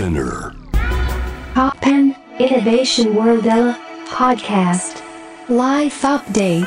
Spinner Poppen Innovation World Ella Podcast Life Update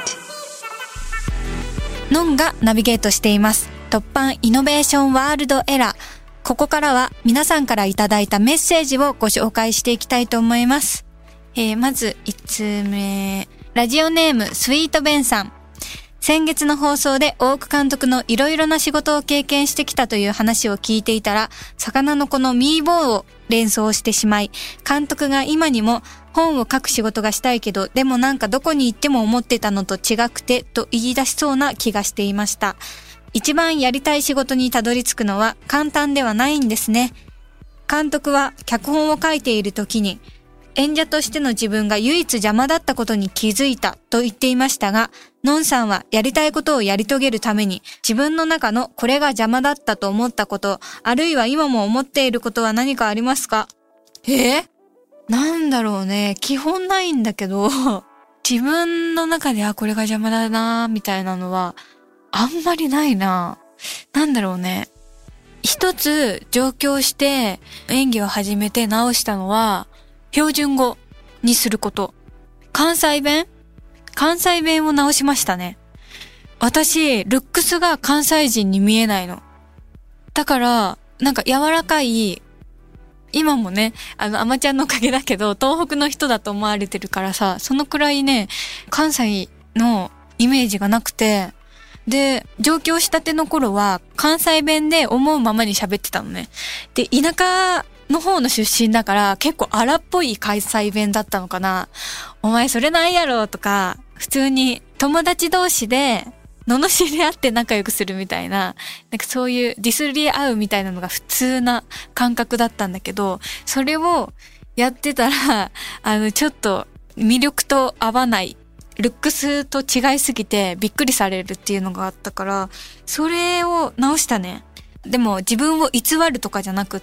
ノンがナビゲートしています突版イノベーションワールドエラー。ここからは皆さんからいただいたメッセージをご紹介していきたいと思います。まず1通目、ラジオネームスイートベンさん。先月の放送で大久監督のいろいろな仕事を経験してきたという話を聞いていたら、魚の子のミーボーを連想してしまい、監督が今にも本を書く仕事がしたいけど、でもなんかどこに行っても思ってたのと違くてと言い出しそうな気がしていました。一番やりたい仕事にたどり着くのは簡単ではないんですね。監督は脚本を書いている時に、演者としての自分が唯一邪魔だったことに気づいたと言っていましたが、のんさんはやりたいことをやり遂げるために自分の中のこれが邪魔だったと思ったこと、あるいは今も思っていることは何かありますか？なんだろうね。基本ないんだけど、自分の中でこれが邪魔だなみたいなのはあんまりないな。なんだろうね。一つ上京して演技を始めて直したのは、標準語にすること。関西弁を直しましたね。私、ルックスが関西人に見えないの。だから、なんか柔らかい、今もね、アマちゃんのおかげだけど、東北の人だと思われてるからさ、そのくらいね、関西のイメージがなくて、で、上京したての頃は、関西弁で思うままに喋ってたのね。で、田舎の方の出身だから結構荒っぽい関西弁だったのかな。お前それないやろとか、普通に友達同士で罵り合って仲良くするみたいな、なんかそういうディスり合うみたいなのが普通な感覚だったんだけど、それをやってたら、ちょっと魅力と合わない、ルックスと違いすぎてびっくりされるっていうのがあったから、それを直したね。でも自分を偽るとかじゃなくって、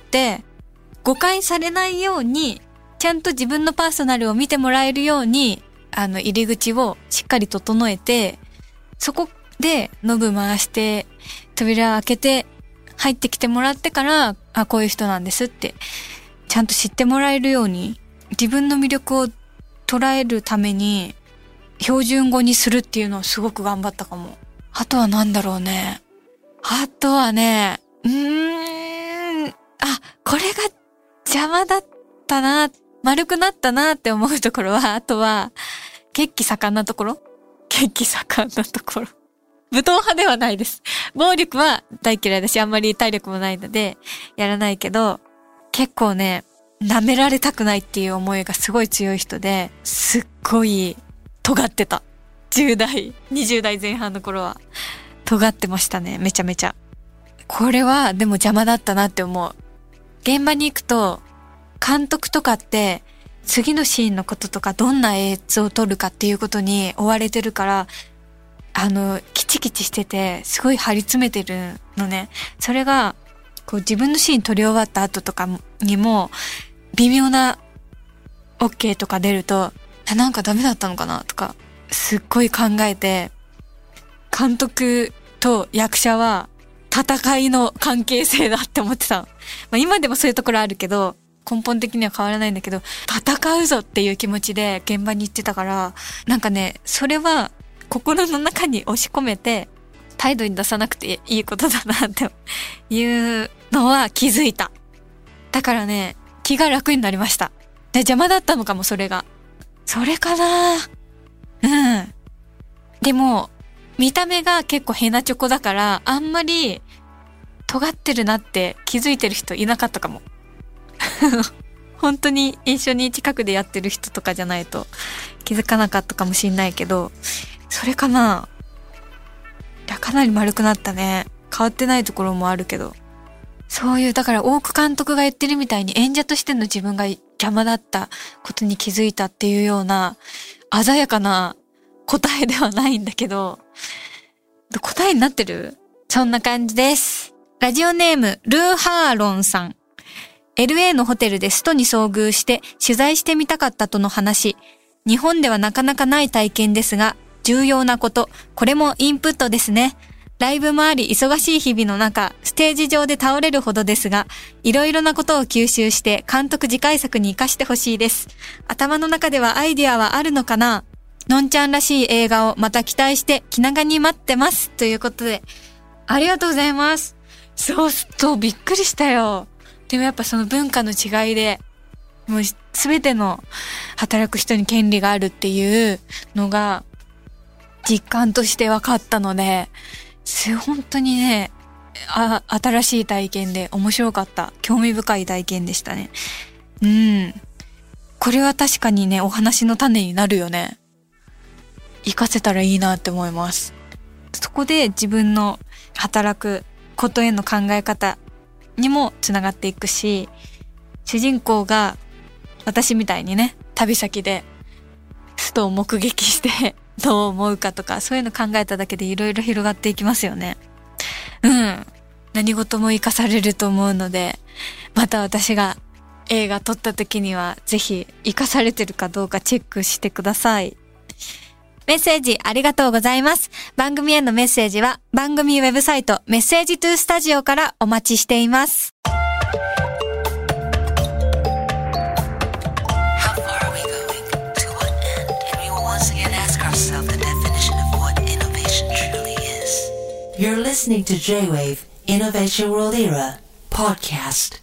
誤解されないように、ちゃんと自分のパーソナルを見てもらえるように、入り口をしっかり整えて、そこでノブ回して、扉開けて、入ってきてもらってから、こういう人なんですって、ちゃんと知ってもらえるように、自分の魅力を捉えるために、標準語にするっていうのをすごく頑張ったかも。あとはなんだろうね。あとはね、これが邪魔だったな、丸くなったなって思うところは、あとは、血気盛んなところ。武闘派ではないです。暴力は大嫌いだし、あんまり体力もないので、やらないけど、結構ね、舐められたくないっていう思いがすごい強い人で、すっごい尖ってた。10代、20代前半の頃は、尖ってましたね、めちゃめちゃ。これは、でも邪魔だったなって思う。現場に行くと、監督とかって、次のシーンのこととか、どんな映像を撮るかっていうことに追われてるから、キチキチしてて、すごい張り詰めてるのね。それが、こう自分のシーン撮り終わった後とかにも、微妙な OK とか出ると、なんかダメだったのかなとか、すっごい考えて、監督と役者は、戦いの関係性だって思ってたの。今でもそういうところあるけど、根本的には変わらないんだけど、戦うぞっていう気持ちで現場に行ってたから、なんかね、それは心の中に押し込めて、態度に出さなくていいことだなっていうのは気づいた。だからね、気が楽になりました。で、邪魔だったのかも、それが。それかな。でも、見た目が結構ヘナチョコだから、あんまり尖ってるなって気づいてる人いなかったかも。本当に一緒に近くでやってる人とかじゃないと気づかなかったかもしんないけど、それかな。いや、かなり丸くなったね。変わってないところもあるけど。そういう、だから大久監督が言ってるみたいに演者としての自分が邪魔だったことに気づいたっていうような鮮やかな答えではないんだけど、答えになってる？そんな感じです。ラジオネーム、ルーハーロンさん。LA のホテルでストに遭遇して取材してみたかったとの話。日本ではなかなかない体験ですが、重要なこと、これもインプットですね。 ライブもあり忙しい日々の中、ステージ上で倒れるほどですが、いろいろなことを吸収して監督次回作に活かしてほしいです。頭の中ではアイディアはあるのかな？のんちゃんらしい映画をまた期待して気長に待ってます。ということで、ありがとうございます。そう、びっくりしたよ。でもやっぱその文化の違いで、もうすべての働く人に権利があるっていうのが実感として分かったので、本当にね、新しい体験で面白かった。興味深い体験でしたね。これは確かにね、お話の種になるよね。活かせたらいいなって思います。そこで自分の働くことへの考え方にもつながっていくし、主人公が私みたいにね、旅先でストを目撃してどう思うかとか、そういうの考えただけでいろいろ広がっていきますよね。何事も活かされると思うので、また私が映画撮った時にはぜひ活かされてるかどうかチェックしてください。メッセージありがとうございます。番組へのメッセージは番組ウェブサイトメッセージトゥースタジオからお待ちしています。 You're listening to J-Wave Innovation World Era podcast.